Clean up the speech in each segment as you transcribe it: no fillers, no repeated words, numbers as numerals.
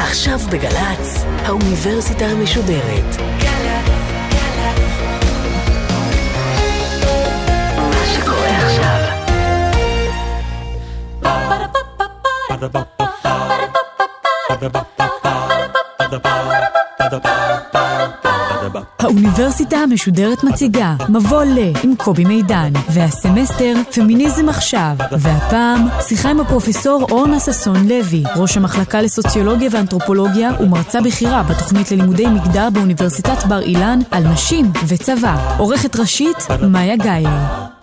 עכשיו בגלץ, האוניברסיטה המשודרת. מה שקורה עכשיו. האוניברסיטה המשודרת מציגה מבוא ל עם קובי מידן, והסמסטר פמיניזם עכשיו, והפעם שיחה עם הפרופסור אורנה ששון לוי, ראש המחלקה לסוציולוגיה ואנתרופולוגיה ומרצה בכירה בתוכנית ללימודי מגדר באוניברסיטת בר אילן על נשים וצבא. עורכת ראשית מאיה גייר.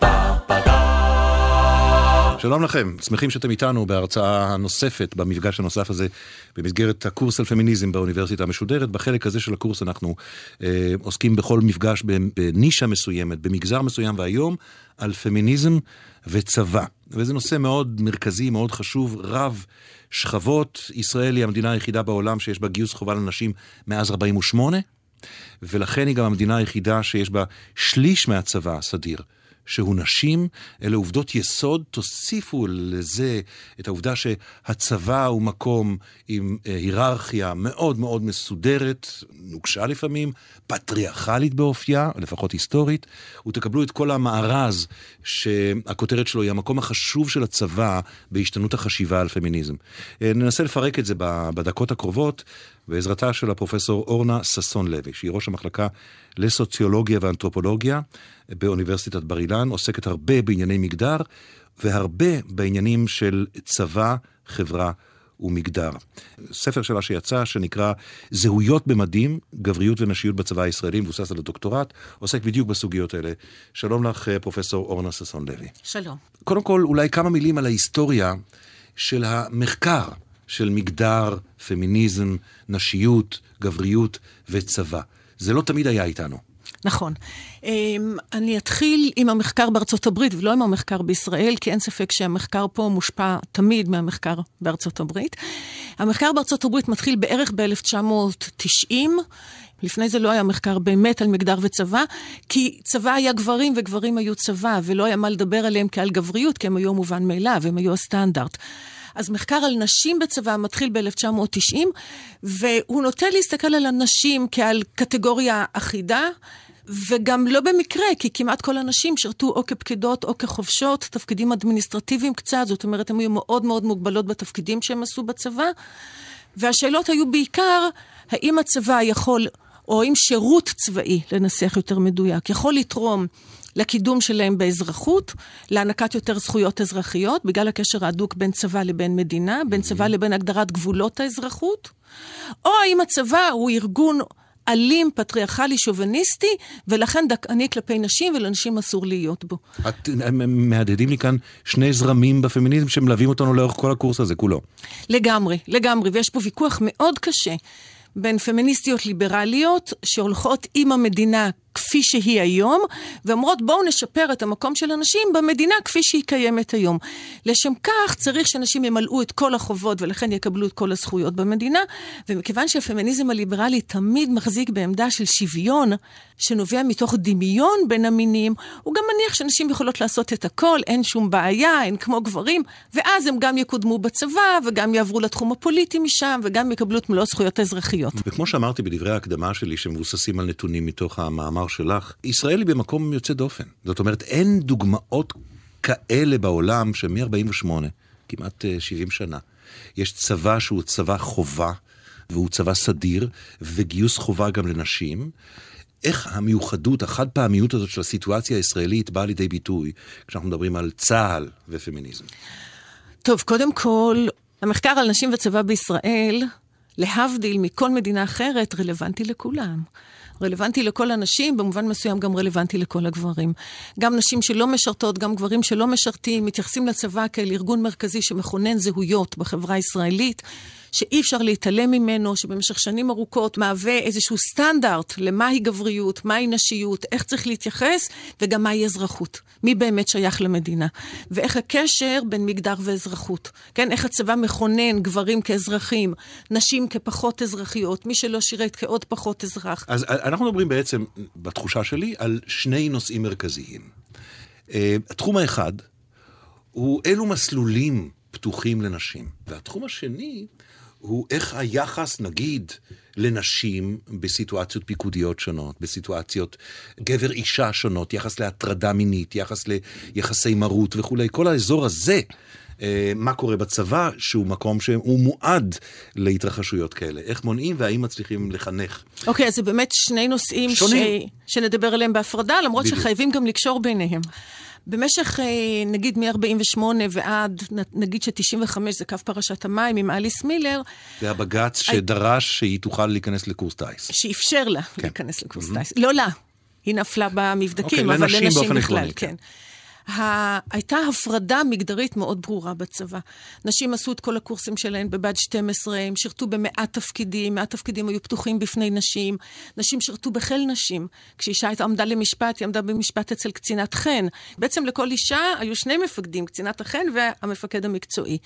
שלום לכם, שמחים שאתם איתנו בהרצאה הנוספת, במפגש הנוסף הזה, במסגרת הקורס על פמיניזם באוניברסיטה המשודרת. בחלק הזה של הקורס אנחנו עוסקים בכל מפגש בנישה מסוימת, במגזר מסוים, והיום על פמיניזם וצבא. וזה נושא מאוד מרכזי, מאוד חשוב, רב שכבות. ישראל היא המדינה היחידה בעולם שיש בה גיוס חובה לנשים מאז 48, ולכן היא גם המדינה היחידה שיש בה שליש מהצבא הסדיר שהוא נשים. אלה עובדות יסוד. תוסיפו לזה את העובדה שהצבא הוא מקום עם היררכיה מאוד מאוד מסודרת, נוקשה לפעמים, פטריארכלית באופייה, לפחות היסטורית, ותקבלו את כל המארז שהכותרת שלו היא המקום החשוב של הצבא בהשתנות החשיבה על פמיניזם. ננסה לפרק את זה בדקות הקרובות, בעזרתה של הפרופסור אורנה ששון לוי, שהיא ראש המחלקה לסוציולוגיה ואנתרופולוגיה באוניברסיטת בר אילן, עוסקת הרבה בענייני מגדר, והרבה בעניינים של צבא, חברה ומגדר. ספר שלה שיצא, שנקרא זהויות במדים, גבריות ונשיות בצבא הישראלי, מבוסס על הדוקטורט, עוסק בדיוק בסוגיות האלה. שלום לך, פרופסור אורנה ששון לוי. שלום. קודם כל, אולי כמה מילים על ההיסטוריה של המחקר של מגדר, פמיניזם, נשיות, גבריות וצבא. זה לא תמיד היה איתנו. נכון. אני אתחיל עם המחקר בארצות הברית, ולא עם המחקר בישראל, כי אין ספק שהמחקר פה מושפע תמיד מהמחקר בארצות הברית. המחקר בארצות הברית מתחיל בערך ב-1990, לפני זה לא היה מחקר באמת על מגדר וצבא, כי צבא היה גברים וגברים היו צבא, ולא היה מה לדבר עליהם כעל גבריות, כי הם היו מובן מאליו, הם היו הסטנדרט. אז מחקר על נשים בצבא מתחיל ב-1990, והוא נוטה להסתכל על הנשים כעל קטגוריה אחידה, וגם לא במקרה, כי כמעט כל הנשים שרתו או כפקידות או כחובשות, תפקידים אדמיניסטרטיביים קצת, זאת אומרת, הם היו מאוד מאוד מוגבלות בתפקידים שהם עשו בצבא, והשאלות היו בעיקר, האם הצבא יכול, או האם שירות צבאי, לנסח יותר מדויק, יכול לתרום לקידום שלהם באזרחות, להענקת יותר זכויות אזרחיות, בגלל הקשר ההדוק בין צבא לבין מדינה, בין צבא לבין הגדרת גבולות האזרחות, או האם הצבא הוא ארגון אלים, פטריארכלי, שוביניסטי, ולכן דכאני כלפי נשים, ולנשים אסור להיות בו. הם מהדהדים לי כאן שני זרמים בפמיניזם שמלווים אותנו לאורך כל הקורס הזה כולו. לגמרי, לגמרי, ויש פה ויכוח מאוד קשה בין פמיניסטיות ליברליות שהולכות עם המדינה כפי שהיא היום, ואומרות בואו נשפר את המקום של הנשים במדינה כפי שהיא קיימת היום. לשם כך צריך שנשים ימלאו את כל החובות ולכן יקבלו את כל הזכויות במדינה, ומכיוון שהפמיניזם הליברלי תמיד מחזיק בעמדה של שוויון, שנובע מתוך דמיון בין המינים, הוא גם מניח שנשים יכולות לעשות את הכל, אין שום בעיה, אין כמו גברים, ואז הם גם יקודמו בצבא, וגם יעברו לתחום הפוליטי משם, וגם יקבלו את מלוא הזכויות האזרחיות. וכמו שאמרתי בדברי ההקדמה שלי, שמבוססים על נתונים מתוך המאמר שלך, ישראל היא במקום יוצא דופן. זאת אומרת, אין דוגמאות כאלה בעולם שמ-48, כמעט 70 שנה, יש צבא שהוא צבא חובה, והוא צבא סדיר, וגיוס חובה גם לנשים. איך המיוחדות, החד פעמיות הזאת של הסיטואציה הישראלית באה לידי ביטוי, כשאנחנו מדברים על צה"ל ופמיניזם? טוב, קודם כל, המחקר על נשים וצבא בישראל, להבדיל מכל מדינה אחרת, רלוונטי לכולם. רלוונטי לכל הנשים, במובן מסוים גם רלוונטי לכל הגברים. גם נשים שלא משרתות, גם גברים שלא משרתים, מתייחסים לצבא כאל ארגון מרכזי שמכונן זהויות בחברה הישראלית, שאי אפשר להתעלם ממנו, שבמשך שנים ארוכות מהווה איזשהו סטנדרט למהי גבריות, מהי נשיות, איך צריך להתייחס, וגם מהי אזרחות. מי באמת שייך למדינה. ואיך הקשר בין מגדר ואזרחות. כן, איך הצבא מכונן גברים כאזרחים, נשים כפחות אזרחיות, מי שלא שירת כעוד פחות אזרח. אז אנחנו מדברים בעצם, בתחושה שלי, על שני נושאים מרכזיים. התחום האחד, הוא אילו מסלולים פתוחים לנשים. והתחום השני, הוא איך היחס, נגיד, לנשים בסיטואציות פיקודיות שונות, בסיטואציות גבר-אישה שונות, יחס להטרדה מינית, יחס ליחסי מרות וכולי. כל האזור הזה, מה קורה בצבא, שהוא מקום שהוא מועד להתרחשויות כאלה. איך מונעים והאם מצליחים לחנך? אוקיי, אז זה באמת שני נושאים שנדבר עליהם בהפרדה, למרות בדיוק. שחייבים גם לקשור ביניהם. במשך, נגיד, מ-48 ועד, נגיד ש-95 זה קו פרשת המים עם אליס מילר. זה הבגץ שדרש שהיא תוכל להיכנס לקורס טייס. שאפשר לה להיכנס לקורס טייס. לא לה, היא נפלה במבדקים, אבל לנשים בכלל, כן. הייתה הפרדה מגדרית מאוד ברורה בצבא. נשים עשו את כל הקורסים שלהן בבה"ד 12, הם שירתו במעט תפקידים, מעט תפקידים היו פתוחים בפני נשים, נשים שירתו בחיל נשים. כשאישה עמדה למשפט, היא עמדה במשפט אצל קצינת חן. בעצם לכל אישה היו שני מפקדים, קצינת החן והמפקד המקצועי.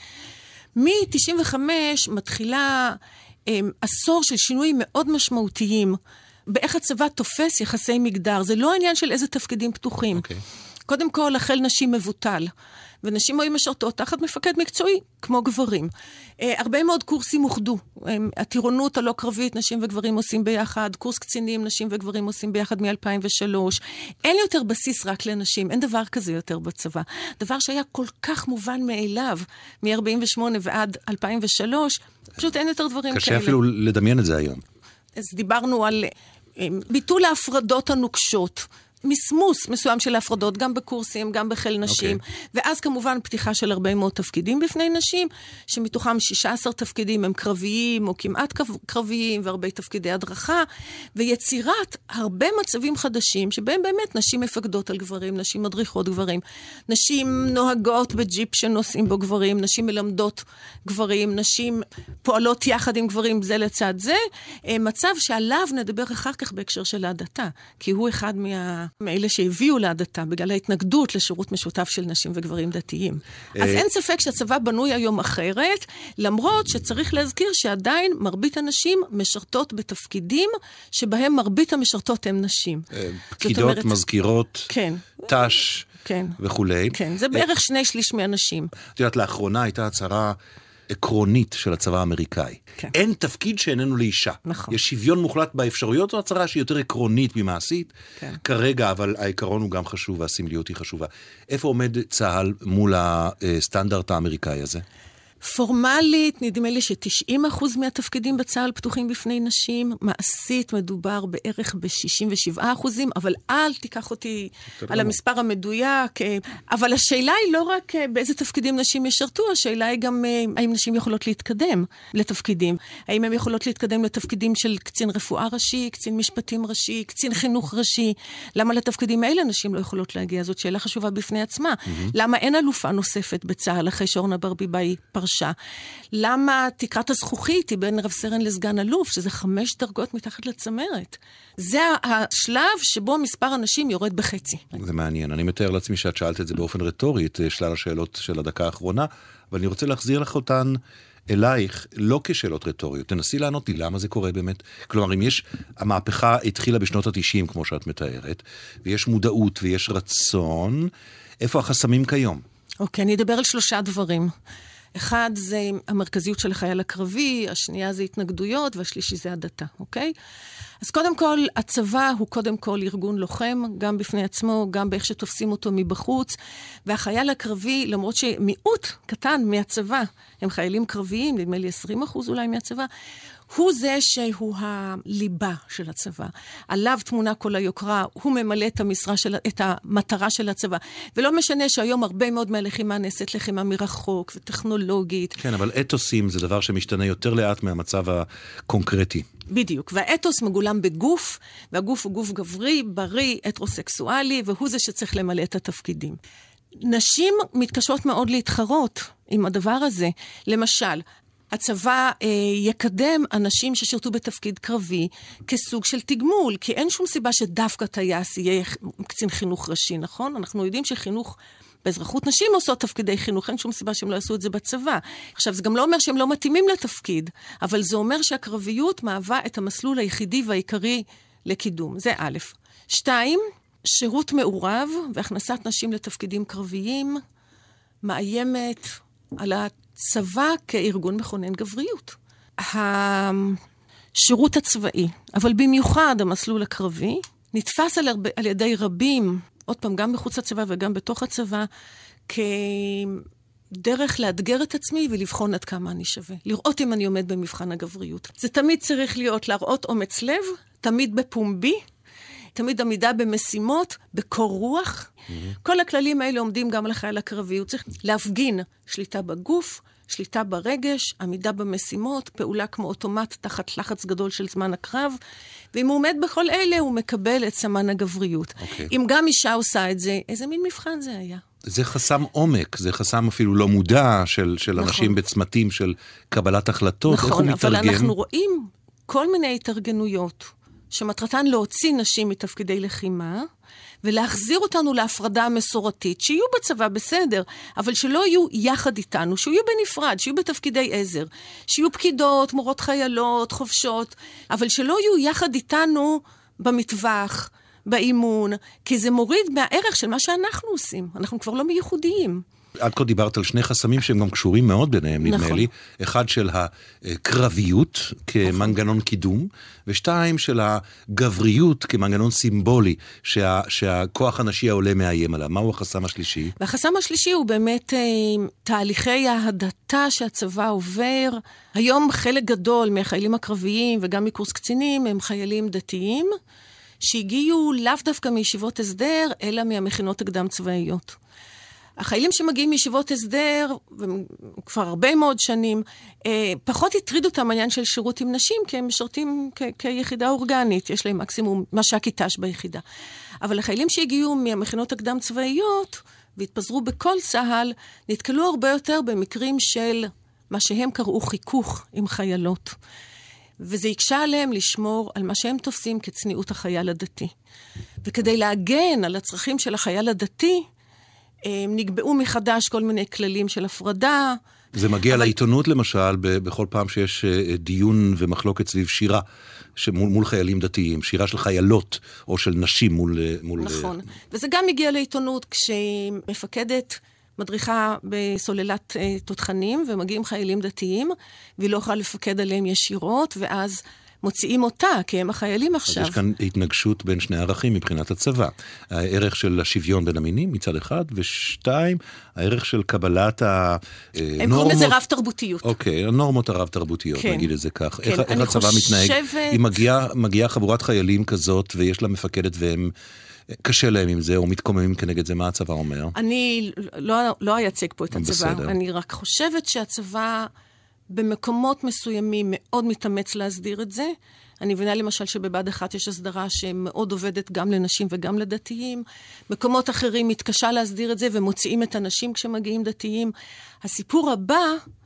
מ-95 מתחילה עשור של שינויים מאוד משמעותיים, באיך הצבא תופס יחסי מגדר. זה לא העניין של איזה תפקידים פתוחים. אוקיי. קודם כל, החל נשים מבוטל, ונשים היו משרתות תחת מפקד מקצועי, כמו גברים. הרבה מאוד קורסים הוחדו. הטירונות הלא קרבית, נשים וגברים עושים ביחד, קורס קצינים, נשים וגברים עושים ביחד מ-2003. אין יותר בסיס רק לנשים, אין דבר כזה יותר בצבא. דבר שהיה כל כך מובן מאליו, מ-48 ועד 2003, פשוט אין יותר דברים קשה כאלה. קשה אפילו לדמיין את זה היום. אז דיברנו על ביטול ההפרדות הנוקשות, מסמוס מסוים של ההפרדות, גם בקורסים, גם בחיל נשים, ואז כמובן פתיחה של הרבה מאוד תפקידים בפני נשים, שמתוכם 16 תפקידים הם קרביים או כמעט קרביים, והרבה תפקידי הדרכה, ויצירת הרבה מצבים חדשים, שבהם באמת נשים מפקדות על גברים, נשים מדריכות גברים, נשים נוהגות בג'יפ שנוסעים בו גברים, נשים מלמדות גברים, נשים פועלות יחד עם גברים זה לצד זה, מצב שעליו נדבר אחר כך בהקשר של ההדתה, כי הוא אחד מאלה שהביאו להדתה, בגלל ההתנגדות לשירות משותף של נשים וגברים דתיים. אז אין ספק שהצבא בנוי היום אחרת, למרות שצריך להזכיר שעדיין מרבית הנשים משרתות בתפקידים, שבהם מרבית המשרתות הן נשים. פקידות, מזכירות, תש וכולי. כן, זה בערך 2/3 מהנשים. את יודעת, לאחרונה הייתה הצהרה עקרונית של הצבא האמריקאי. כן. אין תפקיד שאיננו לאישה. נכון. יש שוויון מוחלט באפשרויות, או הצהרה שהיא יותר עקרונית ממעשית. כן. כרגע, אבל העיקרון הוא גם חשוב, והסמליות היא חשובה. איפה עומד צה"ל מול הסטנדרט האמריקאי הזה? פורמלית, נדמה לי ש90% מהתפקידים בצה"ל פתוחים בפני נשים, מעשית מדובר בערך ב67%, אבל אל תיקח אותי על המספר המדויק. אבל השאלה היא לא רק באיזה תפקידים נשים ישרתו, השאלה היא גם האם נשים יכולות להתקדם לתפקידים. האם הן יכולות להתקדם לתפקידים של קצין רפואה ראשי, קצין משפטים ראשי, קצין חינוך ראשי. למה לתפקידים האלה נשים לא יכולות להגיע? זאת שאלה חשובה בפני עצמה. למה אין אלופה נוספת בצה"ל אחרי שאורנה ברביבאי פרשה? למה תקרת הזכוכית היא בין רב סרן לסגן אלוף, שזה 5 דרגות מתחת לצמרת? זה השלב שבו מספר הנשים יורד בחצי. זה מעניין. אני מתאר לעצמי שאת שאלת את זה באופן רטורי, את שלל השאלות של הדקה האחרונה, אבל אני רוצה להחזיר לך אותן אלייך, לא כשאלות רטוריות. תנסי לענות לי למה זה קורה באמת. כלומר, אם יש, המהפכה התחילה בשנות ה-90, כמו שאת מתארת, ויש מודעות ויש רצון, איפה החסמים כיום? אוקיי, אני אדבר על 3 דברים. אחד זה המרכזיות של החייל הקרבי, השנייה זה התנגדויות, והשלישי זה הדתה, אוקיי? אז קודם כל, הצבא הוא קודם כל ארגון לוחם, גם בפני עצמו, גם באיך שתופסים אותו מבחוץ, והחייל הקרבי, למרות שמיעוט קטן מהצבא, הם חיילים קרביים, נדמה לי 20% אולי מהצבא, הוא זה שהוא הליבה של הצבא. עליו תמונה כל היוקרה, הוא ממלא את המטרה של הצבא. ולא משנה שהיום הרבה מאוד מהלחימה נעשית לחימה מרחוק וטכנולוגית. כן, אבל אתוסים זה דבר שמשתנה יותר לאט מהמצב הקונקרטי. בדיוק, והאתוס מגולם בגוף, והגוף הוא גוף גברי, בריא, הטרוסקסואלי, והוא זה שצריך למלא את התפקידים. נשים מתקשות מאוד להתחרות עם הדבר הזה. למשל, הצבא יקדם אנשים ששירתו בתפקיד קרבי כסוג של תגמול, כי אין שום סיבה שדווקא טייס יהיה קצין חינוך ראשי, נכון? אנחנו יודעים שחינוך, באזרחות נשים עושות תפקידי חינוך, אין שום סיבה שהם לא יעשו את זה בצבא. עכשיו, זה גם לא אומר שהם לא מתאימים לתפקיד, אבל זה אומר שהקרביות מהווה את המסלול היחידי והעיקרי לקידום. זה א'. 2, שירות מעורב והכנסת נשים לתפקידים קרביים מאיימת על הצבא כארגון מכונן גבריות. השירות הצבאי, אבל במיוחד המסלול הקרבי, נתפס על ידי רבים, עוד פעם, גם מחוץ לצבא וגם בתוך הצבא, כדרך לאתגר את עצמי ולבחון עד כמה אני שווה. לראות אם אני עומד במבחן הגבריות. זה תמיד צריך להיות להראות אומץ לב, תמיד בפומבי, תמיד עמידה במשימות, בקור רוח. כל הכללים האלה עומדים גם על החייל הקרבי. הוא צריך להפגין שליטה בגוף, שליטה ברגש, עמידה במשימות, פעולה כמו אוטומט תחת לחץ גדול של זמן הקרב, ואם הוא עומד בכל אלה, הוא מקבל את סמן הגבריות. אם גם אישה עושה את זה, איזה מין מבחן זה היה? זה חסם עומק, זה חסם אפילו לא מודע של אנשים בצמתים של קבלת החלטות. נכון, אבל אנחנו רואים כל מיני התארגנויות שמטרתן להוציא נשים מתפקידי לחימה, ולהחזיר אותנו להפרדה המסורתית, שיהיו בצבא בסדר, אבל שלא יהיו יחד איתנו, שיהיו בנפרד, שיהיו בתפקידי עזר, שיהיו פקידות, מורות חיילות, חובשות, אבל שלא יהיו יחד איתנו במטווח, באימון, כי זה מוריד מהערך של מה שאנחנו עושים. אנחנו כבר לא מייחודיים. עד כה דיברת על שני חסמים שהם גם קשורים מאוד ביניהם, נדמה לי. אחד של הקרביות כמנגנון קידום, ושתיים של הגבריות כמנגנון סימבולי, שהכוח הנשי העולה מאיים עליו. מהו החסם השלישי? והחסם השלישי הוא באמת תהליכי ההדתה שהצבא עובר. היום חלק גדול מהחיילים הקרביים וגם מקורס קצינים הם חיילים דתיים, שהגיעו לאו דווקא מישיבות הסדר, אלא מהמכינות הקדם צבאיות. החיילים שמגיעים מישיבות הסדר, כבר הרבה מאוד שנים, פחות הטריד אותם העניין של שירות עם נשים, כי הם משרתים כיחידה אורגנית, יש להם מקסימום מש"ק אית"ש ביחידה. אבל החיילים שהגיעו מהמכינות הקדם צבאיות, והתפזרו בכל צה"ל, נתקלו הרבה יותר במקרים של מה שהם קראו חיכוך עם חיילות. וזה יקשה עליהם לשמור על מה שהם תופסים כצניעות החייל הדתי. וכדי להגן על הצרכים של החייל הדתי, נקבעו מחדש כל מיני כללים של הפרדה. זה מגיע לעיתונות למשל, בכל פעם שיש דיון ומחלוקת סביב שירה, מול חיילים דתיים, שירה של חיילות או של נשים מול... נכון, וזה גם מגיע לעיתונות כשמפקדת מדריכה בסוללת תותחנים, ומגיעים חיילים דתיים, והיא לא יכולה לפקד עליהם ישירות, ואז מוציאים אותה, כי הם החיילים עכשיו. אז יש כאן התנגשות בין שני ערכים מבחינת הצבא. הערך של השוויון בין המינים מצד אחד, ושתיים, הערך של קבלת הנורמות... הם קוראים לזה רב תרבותיות. אוקיי, הנורמות הרב תרבותיות, נגיד את זה כך. איך הצבא מתנהג? אם מגיעה חבורת חיילים כזאת, ויש לה מפקדת והם... קשה להם עם זה, או מתקוממים כנגד זה, מה הצבא אומר? אני לא אייצג פה את הצבא. בסדר. אני רק חושבת שהצבא במקומות מסוימים מאוד מתאמץ להסדיר את זה. אני מבינה למשל שבבד אחת יש הסדרה שמאוד עובדת גם לנשים וגם לדתיים. מקומות אחרים מתקשה להסדיר את זה ומוציאים את הנשים כשמגיעים דתיים. הסיפור הבא,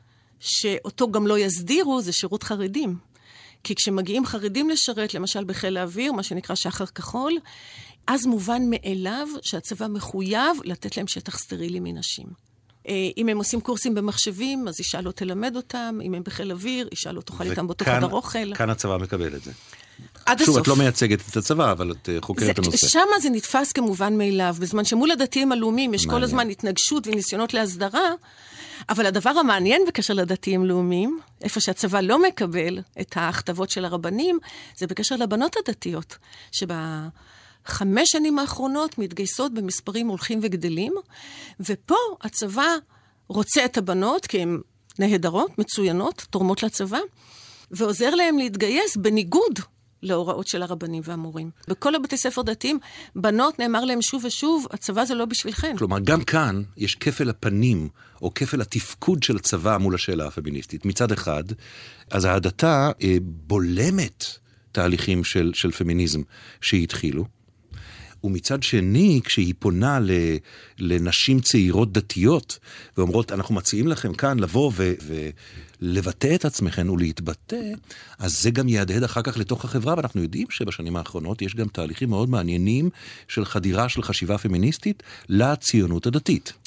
שאותו גם לא יסדירו, זה שירות חרדים. כי כשמגיעים חרדים לשרת, למשל בחיל האוויר, מה שנקרא שחר כחול, אז מובן מאליו שהצבא מחויב לתת להם שטח סטרילי מנשים. אם הם עושים קורסים במחשבים, אז אישה לא תלמד אותם. אם הם בחיל אוויר, אישה לא תוכל איתם באותו חדר אוכל. כאן הצבא מקבל את זה. עד הסוף. שוב, את לא מייצגת את הצבא, אבל את חוקרת את הנושא. שם זה נתפס כמובן מאליו. בזמן שמול הדתיים הלאומיים יש כל הזמן התנגשות וניסיונות להסדרה, אבל הדבר המעניין בקשר לדתיים לאומיים, איפה שהצבא לא מקבל את ההכתבות של הרבנים, זה בקשר לבנות הדתיות, 5 שנים האחרונות מתגייסות במספרים הולכים וגדלים, ופה הצבא רוצה את הבנות, כי הן נהדרות, מצוינות, תורמות לצבא, ועוזר להם להתגייס בניגוד להוראות של הרבנים והמורים. בכל הבתי ספר דתיים, בנות נאמר להם שוב ושוב, הצבא זה לא בשבילכם. כלומר, גם כאן יש כפל הפנים, או כפל התפקוד של הצבא מול השאלה הפמיניסטית. מצד אחד, אז ההדתה בולמת תהליכים של פמיניזם שהתחילו, ומצד שני, כשהיא פונה לנשים צעירות דתיות, ואומרות, אנחנו מציעים לכם כאן לבוא ולבטא את עצמכם ולהתבטא, אז זה גם יהדהד אחר כך לתוך החברה, ואנחנו יודעים שבשנים האחרונות יש גם תהליכים מאוד מעניינים של חדירה של חשיבה פמיניסטית לציונות הדתית.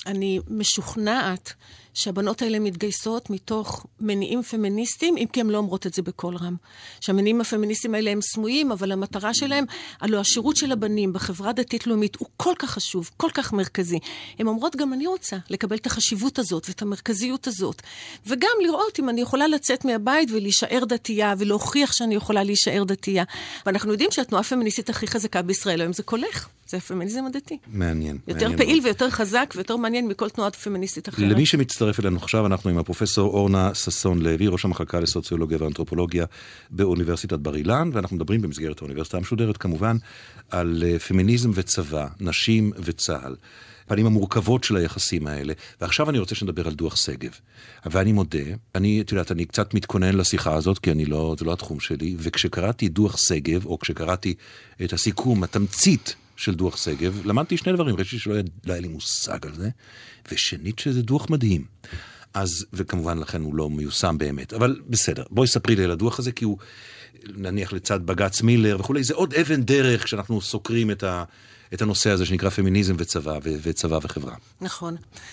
אני משוכנעת שהבנות האלה מתגייסות מתוך מניעים פמיניסטיים, אם כי הן לא אומרות את זה בכל רם. שהמניעים הפמיניסטיים האלה הם סמויים, אבל המטרה שלהם, הלוא השירות של הבנים בחברה דתית-לאומית הוא כל כך חשוב, כל כך מרכזי. הן אומרות, גם אני רוצה לקבל את החשיבות הזאת ואת המרכזיות הזאת. וגם לראות אם אני יכולה לצאת מהבית ולהישאר דתייה, ולהוכיח שאני יכולה להישאר דתייה. ואנחנו יודעים שהתנועה הפמיניסטית הכי חזקה בישראל, היום זה קולך. זה הפמיניזם הדתי. מעניין. יותר פעיל ויותר חזק ויותר מעניין מכל תנועה פמיניסטית אחרת. למי שמצטרף אלינו עכשיו, אנחנו עם הפרופסור אורנה ששון לוי, ראש המחלקה לסוציולוגיה ואנתרופולוגיה באוניברסיטת בר אילן, ואנחנו מדברים במסגרת האוניברסיטה המשודרת כמובן, על פמיניזם וצבא, נשים וצה"ל. הפנים המורכבות של היחסים האלה. ועכשיו אני רוצה שנדבר על דוח שגב. ואני מודה, אני קצת מתכונן לשיחה הזאת, כי זה לא התחום שלי, וכשקראתי דוח שגב, או כשקראתי את הסיכום, התמצית של דוח שגב, למדתי שני דברים, ראשית שלא היה לי מושג על זה, ושנית שזה דוח מדהים. אז, וכמובן לכן הוא לא מיושם באמת, אבל בסדר, בואי ספרי לי על הדוח הזה, כי הוא נניח לצד בג"ץ מילר וכולי, זה עוד אבן דרך כשאנחנו סוקרים את הנושא הזה שנקרא פמיניזם וצבא וחברה. נכון.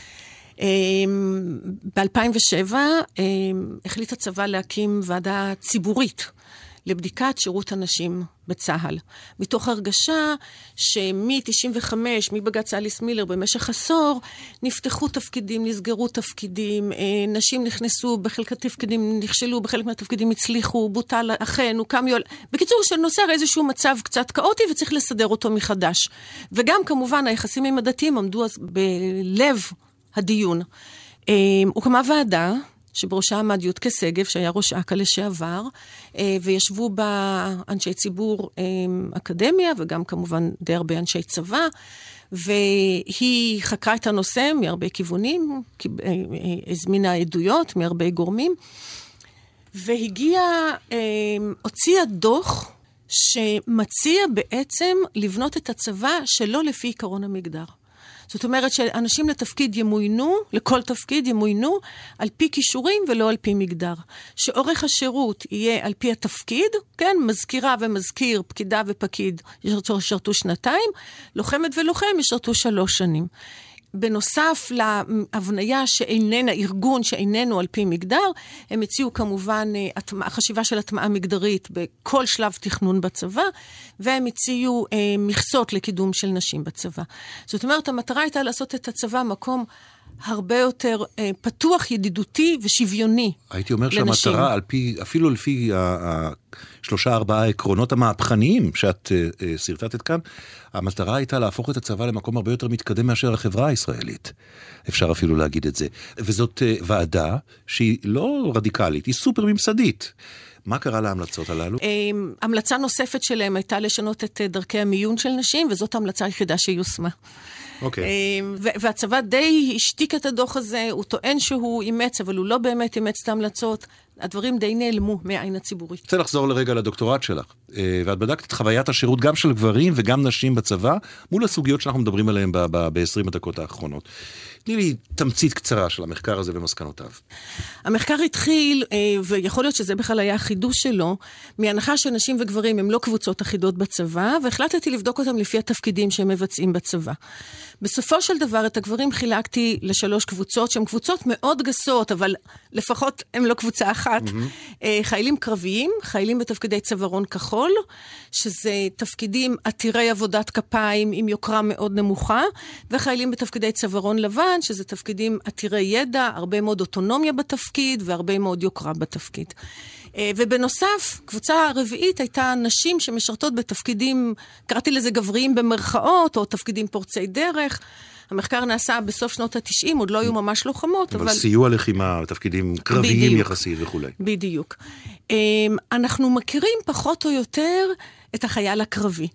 ב-2007 החליט הצבא להקים ועדה ציבורית לבדיקת שירות הנשים בצה"ל. מתוך הרגשה שמ-95, מבג"ץ אליס מילר במשך עשור, נפתחו תפקידים, נסגרו תפקידים, נשים נכנסו, בחלק התפקידים נכשלו, בחלק מהתפקידים הצליחו, בוטל אכן, הוקם יול... בקיצור, שנוצר איזשהו מצב קצת כאוטי וצריך לסדר אותו מחדש. וגם כמובן היחסים עם הדתיים עמדו אז בלב הדיון. הוקמה ועדה, שבראשה עמד יודקה שגב, שהיה ראש אכ"א לשעבר, וישבו בה אנשי ציבור אקדמיה, וגם כמובן די הרבה אנשי צבא, והיא חקרה את הנושא מהרבה כיוונים, הזמינה עדויות מהרבה גורמים, והגיעה, הוציאה דוח שמציע בעצם לבנות את הצבא שלא לפי עקרון המגדר. זאת אומרת שאנשים לתפקיד ימוינו, לכל תפקיד ימוינו, על פי כישורים ולא על פי מגדר. שאורך השירות יהיה על פי התפקיד, כן, מזכירה ומזכיר, פקידה ופקיד, ישרתו 2, לוחמת ולוחם ישרתו 3 שנים. בנוסף להבניה שאיננה, ארגון שאיננו על פי מגדר, הם הציעו כמובן חשיבה של הטמעה מגדרית בכל שלב תכנון בצבא, והם הציעו מכסות לקידום של נשים בצבא. זאת אומרת, המטרה הייתה לעשות את הצבא מקום הרבה יותר פתוח, ידידותי ושוויוני לנשים. הייתי אומר שהמטרה, אפילו לפי 3-4 העקרונות המהפכניים שאת סרטטת כאן, המטרה הייתה להפוך את הצבא למקום הרבה יותר מתקדם מאשר החברה הישראלית. אפשר אפילו להגיד את זה. וזאת ועדה שהיא לא רדיקלית, היא סופר ממסדית. מה קרה להמלצות הללו? המלצה נוספת שלהם הייתה לשנות את דרכי המיון של נשים, וזאת ההמלצה היחידה שיושמה. אוקיי. והצבא די השתיק את הדוח הזה, הוא טוען שהוא אימץ, אבל הוא לא באמת אימץ את ההמלצות. הדברים די נעלמו מהעין הציבורית. רוצה לחזור לרגע לדוקטורט שלך, ואת בדקת את חוויית השירות גם של גברים וגם נשים בצבא, מול הסוגיות שאנחנו מדברים עליהן ב-20 הדקות האחרונות. תני לי תמצית קצרה של המחקר הזה ומסקנותיו. המחקר התחיל, ויכול להיות שזה בכלל היה החידוש שלו, מהנחה שנשים וגברים הם לא קבוצות אחידות בצבא, והחלטתי לבדוק אותם לפי התפקידים שהם מבצעים בצבא. בסופו של דבר את הגברים חילקתי ל3 קבוצות, שהן קבוצות מאוד גסות, אבל לפחות הם לא קבוצה אחת. חיילים קרביים, חיילים בתפקידי צווארון כחול, שזה תפקידים עתירי עבודת כפיים עם יוקרה מאוד נמוכה, וחיילים בתפקידי צווארון לבן, שזה תפקידים עתירי ידע, הרבה מאוד אוטונומיה בתפקיד, והרבה מאוד יוקרה בתפקיד. ובנוסף, קבוצה הרביעית הייתה נשים שמשרתות בתפקידים, קראתי לזה גבריים במרכאות, או תפקידים פורצי דרך. המחקר נעשה בסוף שנות ה-90, עוד לא היו ממש לוחמות. אבל סיוע לחימה, תפקידים קרביים בדיוק, יחסית וכו'. בדיוק. אנחנו מכירים פחות או יותר את החייל הקרבי.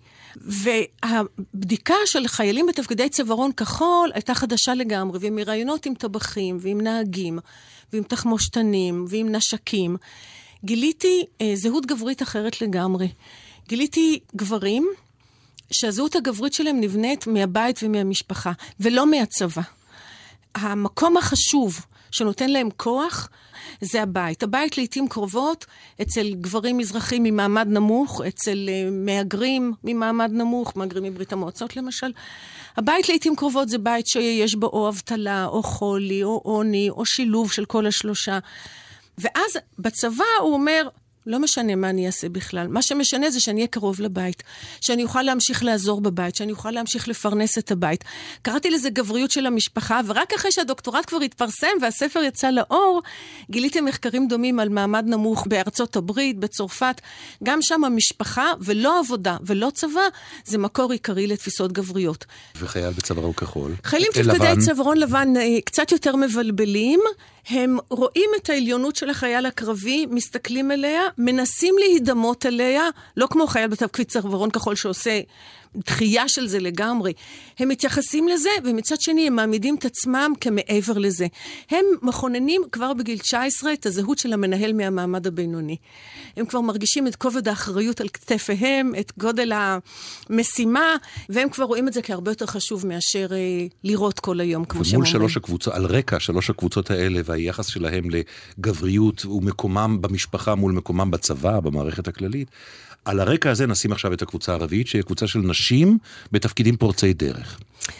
והבדיקה של חיילים בתפקידי צווארון כחול הייתה חדשה לגמרי, ועם מראיונות עם טבחים, ועם נהגים, ועם תחמושתנים, ועם נשקים. גיליתי זהות גברית אחרת לגמרי. גיליתי גברים שהזהות הגברית שלהם נבנית מהבית ומהמשפחה, ולא מהצבא. המקום החשוב שנותן להם כוח, זה הבית. הבית לעתים קרובות אצל גברים מזרחים ממעמד נמוך, אצל מהגרים ממעמד נמוך, מהגרים מברית המועצות למשל. הבית לעתים קרובות זה בית שיש בו או אבטלה, או חולי, או עוני, או שילוב של כל השלושה. ואז בצבא הוא אומר, לא משנה מה אני אעשה בכלל. מה שמשנה זה שאני אהיה קרוב לבית, שאני אוכל להמשיך לעזור בבית, שאני אוכל להמשיך לפרנס את הבית. קראתי לזה גבריות של המשפחה, ורק אחרי שהדוקטורט כבר התפרסם והספר יצא לאור, גיליתי מחקרים דומים על מעמד נמוך בארצות הברית, בצרפת. גם שם המשפחה ולא עבודה ולא צבא, זה מקור עיקרי לתפיסות גבריות. וחייל בצווארון כחול. חיילים תפקדי צווארון לבן קצת יותר מבלבלים, הם רואים את העליונות של החייל הקרבי, מסתכלים אליה, מנסים להידמות אליה, לא כמו חייל בתפקיד צווארון כחול שעושה דחייה של זה לגמרי. הם מתייחסים לזה, ומצד שני הם מעמידים את עצמם כמעבר לזה. הם מכוננים כבר בגיל 19 את הזהות של המנהל מהמעמד הבינוני. הם כבר מרגישים את כובד האחריות על כתפיהם, את גודל המשימה, והם כבר רואים את זה כהרבה יותר חשוב מאשר לראות כל היום, כמו שהם אומרים. על רקע שלוש הקבוצות האלה, והיחס שלהם לגבריות ומקומם במשפחה מול מקומם בצבא, במערכת הכללית, על הרקע הזה נשים עכשיו את הקבוצה הערבית, שהיא קבוצה של נשים בתפקידים פורצי דרך.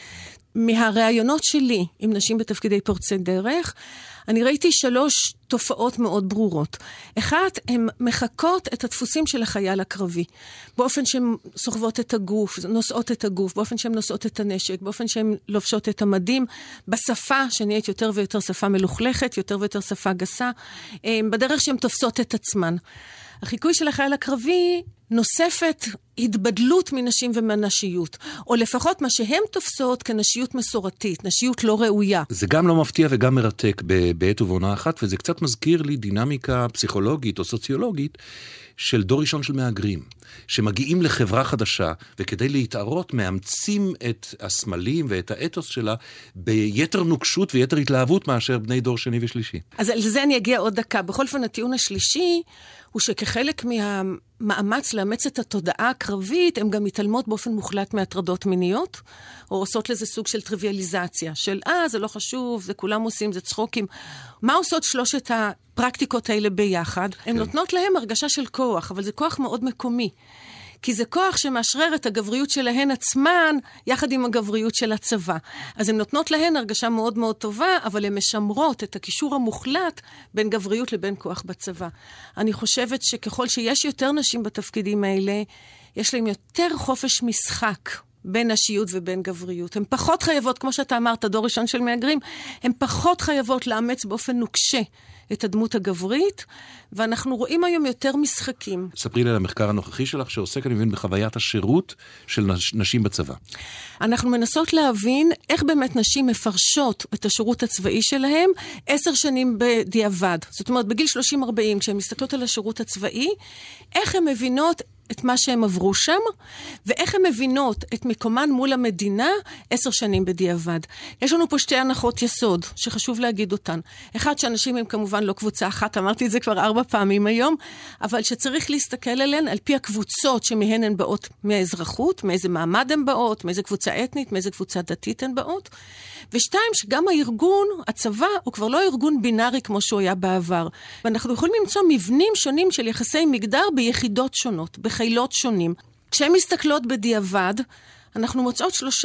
מהראיונות שלי עם נשים בתפקידי פורצי דרך, אני ראיתי 3 תופעות מאוד ברורות. אחת, הן מחקות את הדפוסים של החייל הקרבי. באופן שהן סוחבות את הגוף, נושאות את הגוף, באופן שהן נושאות את הנשק, באופן שהן לובשות את המדים, בשפה שנהיית יותר ויותר שפה מלוכלכת, יותר ויותר שפה גסה, בדרך שהן תופסות את עצמן. החיקוי של החייל הקרבי נוספת התבדלות מנשים ומנשיות, או לפחות מה שהן תופסות כנשיות מסורתית, נשיות לא ראויה. זה גם לא מפתיע וגם מרתק בעת ובעונה אחת, וזה קצת מזכיר לי דינמיקה פסיכולוגית או סוציולוגית של דור ראשון של מהגרים, שמגיעים לחברה חדשה, וכדי להתערות מאמצים את הסמלים ואת האתוס שלה ביתר נוקשות ויתר התלהבות מאשר בני דור שני ושלישי. אז על זה אני אגיע עוד דקה. בכל פעם הטיעון השלישי הוא שכחלק מהמאמץ לאמץ את התודעה הקרבית, הם גם מתעלמות באופן מוחלט מהטרדות מיניות, או עושות לזה סוג של טריוויאליזציה, של זה לא חשוב, זה כולם עושים, זה צחוקים. מה עושות 3 הפרקטיקות האלה ביחד? הן נותנות להם הרגשה של כוח, אבל זה כוח מאוד מקומי. כי זה כוח שמאשרר את הגבריות שלהן עצמן, יחד עם הגבריות של הצבא. אז הן נותנות להן הרגשה מאוד מאוד טובה, אבל הן משמרות את הקישור המוחלט בין גבריות לבין כוח בצבא. אני חושבת שככל שיש יותר נשים בתפקידים האלה, יש להם יותר חופש משחק בין נשיות ובין גבריות. הן פחות חייבות, כמו שאתה אמרת, דור ראשון של מהגרים, הן פחות חייבות לאמץ באופן נוקשה את הדמות הגברית, ואנחנו רואים היום יותר משחקים. ספרי לי על המחקר הנוכחי שלך, שעוסק, אני מבין, בחוויית השירות של נשים בצבא. אנחנו מנסות להבין איך באמת נשים מפרשות את השירות הצבאי שלהם 10 שנים בדיעבד. זאת אומרת, בגיל 30-40, כשהן מסתכלות על השירות הצבאי, איך הן מבינות את מה שהם עברו שם, ואיך הן מבינות את מקומן מול המדינה 10 שנים בדיעבד. יש לנו פה 2 הנחות יסוד, שחשוב להגיד אותן. אחד, שאנשים הם כמובן לא קבוצה אחת, אמרתי את זה כבר 4 פעמים היום, אבל שצריך להסתכל עליהן על פי הקבוצות שמהן הן באות מהאזרחות, מאיזה מעמד הן באות, מאיזה קבוצה אתנית, מאיזה קבוצה דתית הן באות. ו2, שגם הארגון, הצבא, הוא כבר לא ארגון בינארי כמו שהוא היה בעבר. ואנחנו יכולים למצוא מבנים שונים של יחסי מגדר ביחידות שונות, בחילות שונים. כשהן מסתכלות בדיעבד, אנחנו מוצאות 3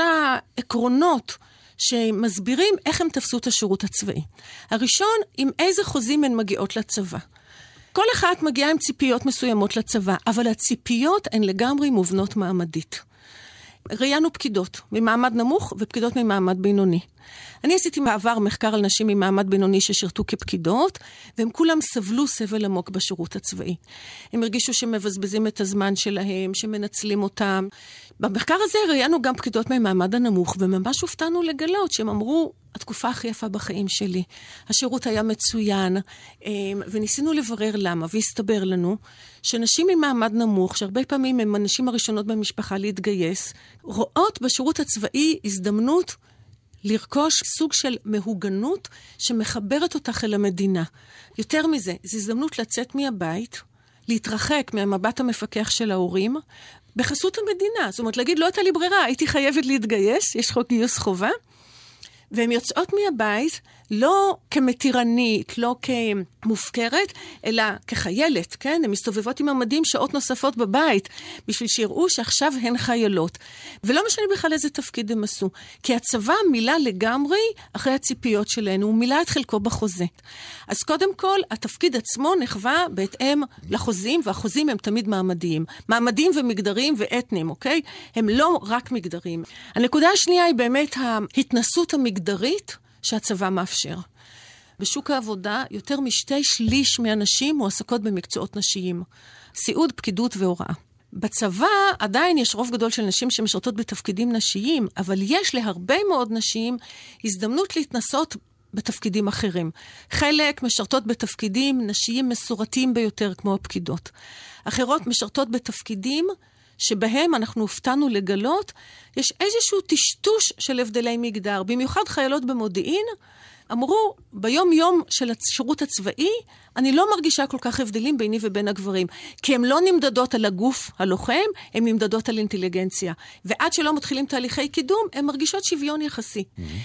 עקרונות שמסבירים איך הם תפסו את השירות הצבאי. הראשון, עם איזה חוזים הן מגיעות לצבא. כל אחת מגיעה עם ציפיות מסוימות לצבא, אבל הציפיות הן לגמרי מובנות מעמדית. ראיינו פקידות ממעמד נמוך ופקידות ממעמד בינוני. אני עשיתי בעבר מחקר על נשים ממעמד בינוני ששירתו כפקידות, והם כולם סבלו סבל עמוק בשירות הצבאי. הם הרגישו שמבזבזים את הזמן שלהם, שמנצלים אותם. במחקר הזה ראיינו גם פקידות ממעמד הנמוך, וממש הופתענו לגלות שהם אמרו, התקופה הכי יפה בחיים שלי. השירות היה מצוין, וניסינו לברר למה, והסתבר לנו שנשים ממעמד נמוך, שהרבה פעמים הם הנשים הראשונות במשפחה להתגייס, רואות בשירות הצבאי הזדמנות לרכוש סוג של מהוגנות שמחברת אותך אל המדינה. יותר מזה, זו הזדמנות לצאת מהבית, להתרחק מהמבט המפקח של ההורים, בחסות המדינה. זאת אומרת, להגיד, לא הייתה לי ברירה, הייתי חייבת להתגייס, יש חוק גיוס חובה, והן יוצאות מהבית לא כמתירנית, לא כמופקרת, אלא כחיילת, כן? הן מסתובבות עם המדים שעות נוספות בבית, בשביל שיראו שעכשיו הן חיילות. ולא משנה בכלל איזה תפקיד הם עשו. כי הצבא מילא לגמרי אחרי הציפיות שלנו, הוא מילא את חלקו בחוזה. אז קודם כל, התפקיד עצמו נחווה בהתאם לחוזים, והחוזים הם תמיד מעמדיים. מעמדיים ומגדריים ואתניים, אוקיי? הם לא רק מגדריים. הנקודה השנייה היא באמת ההתנסות המגדרית שהצבא מאפשר. בשוק העבודה יותר מ2/3 מהנשים מועסקות במקצועות נשיים. סיעוד, פקידות והוראה. בצבא עדיין יש רוב גדול של נשים שמשרתות בתפקידים נשיים, אבל יש להרבה מאוד נשים הזדמנות להתנסות בתפקידים אחרים. חלק משרתות בתפקידים נשיים מסורתיים ביותר, כמו הפקידות. אחרות משרתות בתפקידים שבהם אנחנו הופתענו לגלות, יש איזשהו טשטוש של הבדלי מגדר. במיוחד חיילות במודיעין, אמרו, ביום יום של השירות הצבאי, אני לא מרגישה כל כך הבדלים ביני ובין הגברים. כי הן לא נמדדות על הגוף הלוחם, הן נמדדות על אינטליגנציה. ועד שלא מתחילים תהליכי קידום, הן מרגישות שוויון יחסי.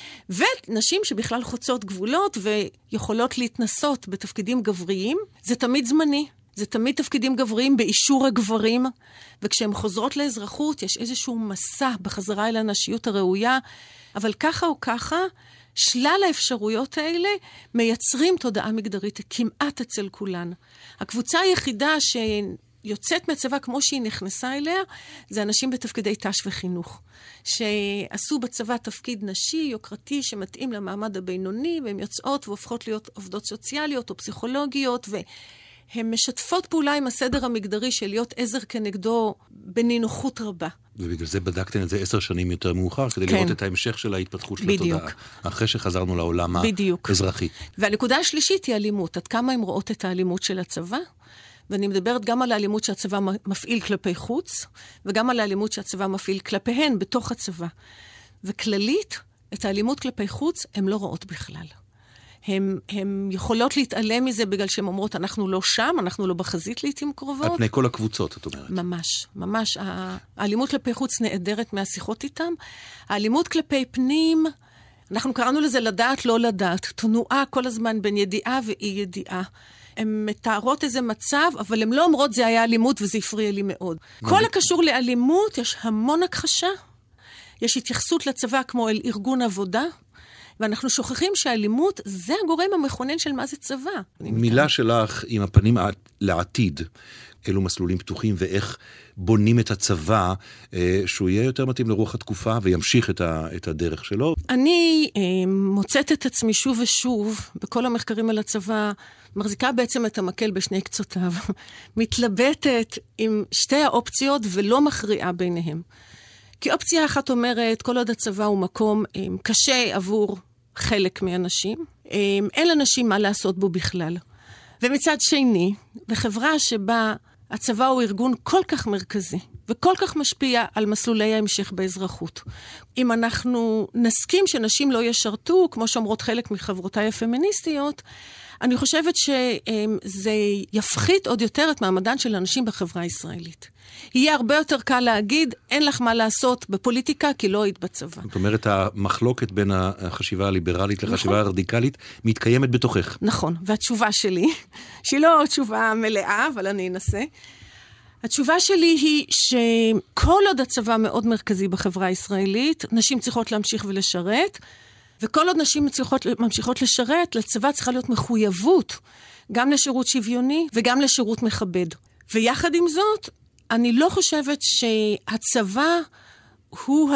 ונשים שבכלל חוצות גבולות ויכולות להתנסות בתפקידים גבריים, זה תמיד זמני. זה תמיד תפקידים גבריים באישור הגברים, וכשהן חוזרות לאזרחות, יש איזשהו מסע בחזרה אל הנשיות הראויה, אבל ככה או ככה, שלל האפשרויות האלה מייצרים תודעה מגדרית כמעט אצל כולן. הקבוצה היחידה שיוצאת מהצבא כמו שהיא נכנסה אליה, זה אנשים בתפקידי תש וחינוך, שעשו בצבא תפקיד נשי, יוקרתי, שמתאים למעמד הבינוני, והן יוצאות והופכות להיות עובדות סוציאליות או פסיכולוגיות, הן משתפות פעולה עם הסדר המגדרי של להיות עזר כנגדו בנינוחות רבה. ובגלל זה בדקתן את זה 10 שנים יותר מאוחר, כדי כן. לראות את ההמשך של ההתפתחות של בדיוק. התודעה, אחרי שחזרנו לעולם בדיוק. האזרחי. והנקודה השלישית היא אלימות. עד כמה הן רואות את האלימות של הצבא? ואני מדברת גם על האלימות שהצבא מפעיל כלפי חוץ, וגם על האלימות שהצבא מפעיל כלפיהן בתוך הצבא. וכללית, את האלימות כלפי חוץ הן לא רואות בכלל. הן יכולות להתעלם מזה בגלל שהן אומרות, אנחנו לא שם, אנחנו לא בחזית לעתים קרובות. על פני כל הקבוצות, את אומרת. ממש, ממש. האלימות כלפי חוץ נעדרת מהשיחות איתם. האלימות כלפי פנים, אנחנו קראנו לזה לדעת, לא לדעת. תנועה כל הזמן בין ידיעה ואי ידיעה. הן מתארות איזה מצב, אבל הן לא אומרות, זה היה אלימות וזה הפריע לי מאוד. כל הקשור לאלימות, יש המון הכחשה. יש התייחסות לצבא כמו אל ארגון עבודה. ואנחנו שוכחים שהאלימות זה הגורם המכונן של מה זה צבא. מילה שלך עם הפנים לעתיד, אילו מסלולים פתוחים ואיך בונים את הצבא, שהוא יהיה יותר מתאים לרוח התקופה וימשיך את הדרך שלו. אני מוצאת את עצמי שוב ושוב, בכל המחקרים על הצבא, מחזיקה בעצם את המקל בשני קצותיו, מתלבטת עם שתי האופציות ולא מכריעה ביניהם. כי אופציה אחת אומרת, כל עוד הצבא הוא מקום קשה עבור חלק מהאנשים, אין לאנשים מה לעשות בו בכלל. ומצד שני, בחברה שבה הצבא הוא ארגון כל כך מרכזי, וכל כך משפיע על מסלולי ההמשך באזרחות. אם אנחנו נסכים שנשים לא ישרתו, כמו שאומרות חלק מחברותיי הפמיניסטיות, אני חושבת שזה יפחית עוד יותר את מעמדן של אנשים בחברה הישראלית. יהיה הרבה יותר קל להגיד, אין לך מה לעשות בפוליטיקה, כי לא היית בצבא. זאת אומרת, המחלוקת בין החשיבה הליברלית לחשיבה הרדיקלית מתקיימת בתוכך. נכון, והתשובה שלי, שהיא לא תשובה מלאה, אבל אני אנסה, התשובה שלי היא שכל עוד הצבא מאוד מרכזי בחברה הישראלית, נשים צריכות להמשיך ולשרת, וכל עוד נשים ממשיכות לשרת, לצבא צריכה להיות מחויבות, גם לשירות שוויוני וגם לשירות מכבד. ויחד עם זאת, אני לא חושבת שהצבא הוא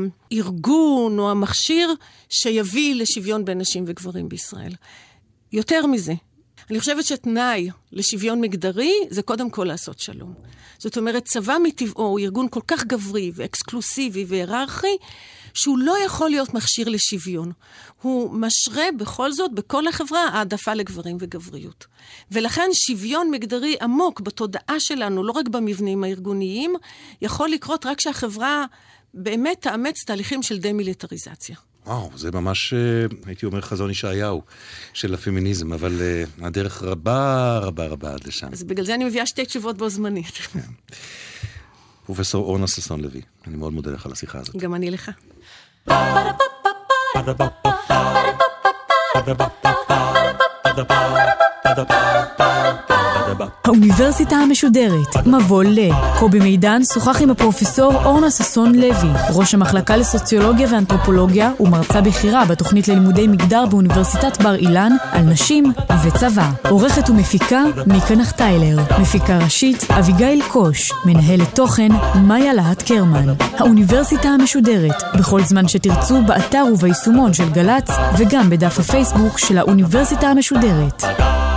הארגון או המכשיר שיביא לשוויון בין נשים וגברים בישראל. יותר מזה, אני חושבת שתנאי לשוויון מגדרי זה קודם כל לעשות שלום. זאת אומרת, צבא מטבעו הוא ארגון כל כך גברי ואקסקלוסיבי והיררכי, שהוא לא יכול להיות מכשיר לשוויון. הוא משרה בכל זאת, בכל החברה, העדפה לגברים וגבריות. ולכן שוויון מגדרי עמוק בתודעה שלנו, לא רק במבנים הארגוניים, יכול לקרות רק שהחברה באמת תאמץ תהליכים של דמיליטריזציה. וואו, זה ממש, הייתי אומר, חזון ישעיהו של הפמיניזם, אבל הדרך רבה רבה רבה עד לשם. אז בגלל זה אני מביאה 2 תשובות בו זמנית. פרופסור אורנה ששון לוי, אני מאוד מודה לך על השיחה הזאת. גם אני לך. האוניברסיטה המשודרת, מבוא ל. קובי מידן שוחח עם הפרופסור אורנה ששון לוי, ראש המחלקה לסוציולוגיה ואנתרופולוגיה ומרצה בכירה בתוכנית ללימודי מגדר באוניברסיטת בר אילן על נשים וצבא. עורכת ומפיקה מיקה נחטיילר, מפיקה ראשית אביגיל קוש, מנהלת תוכן מאיה להט קרמן. האוניברסיטה המשודרת, בכל זמן שתרצו באתר וביישומון של גלץ וגם בדף הפייסבוק של האוניברסיטה המשודרת.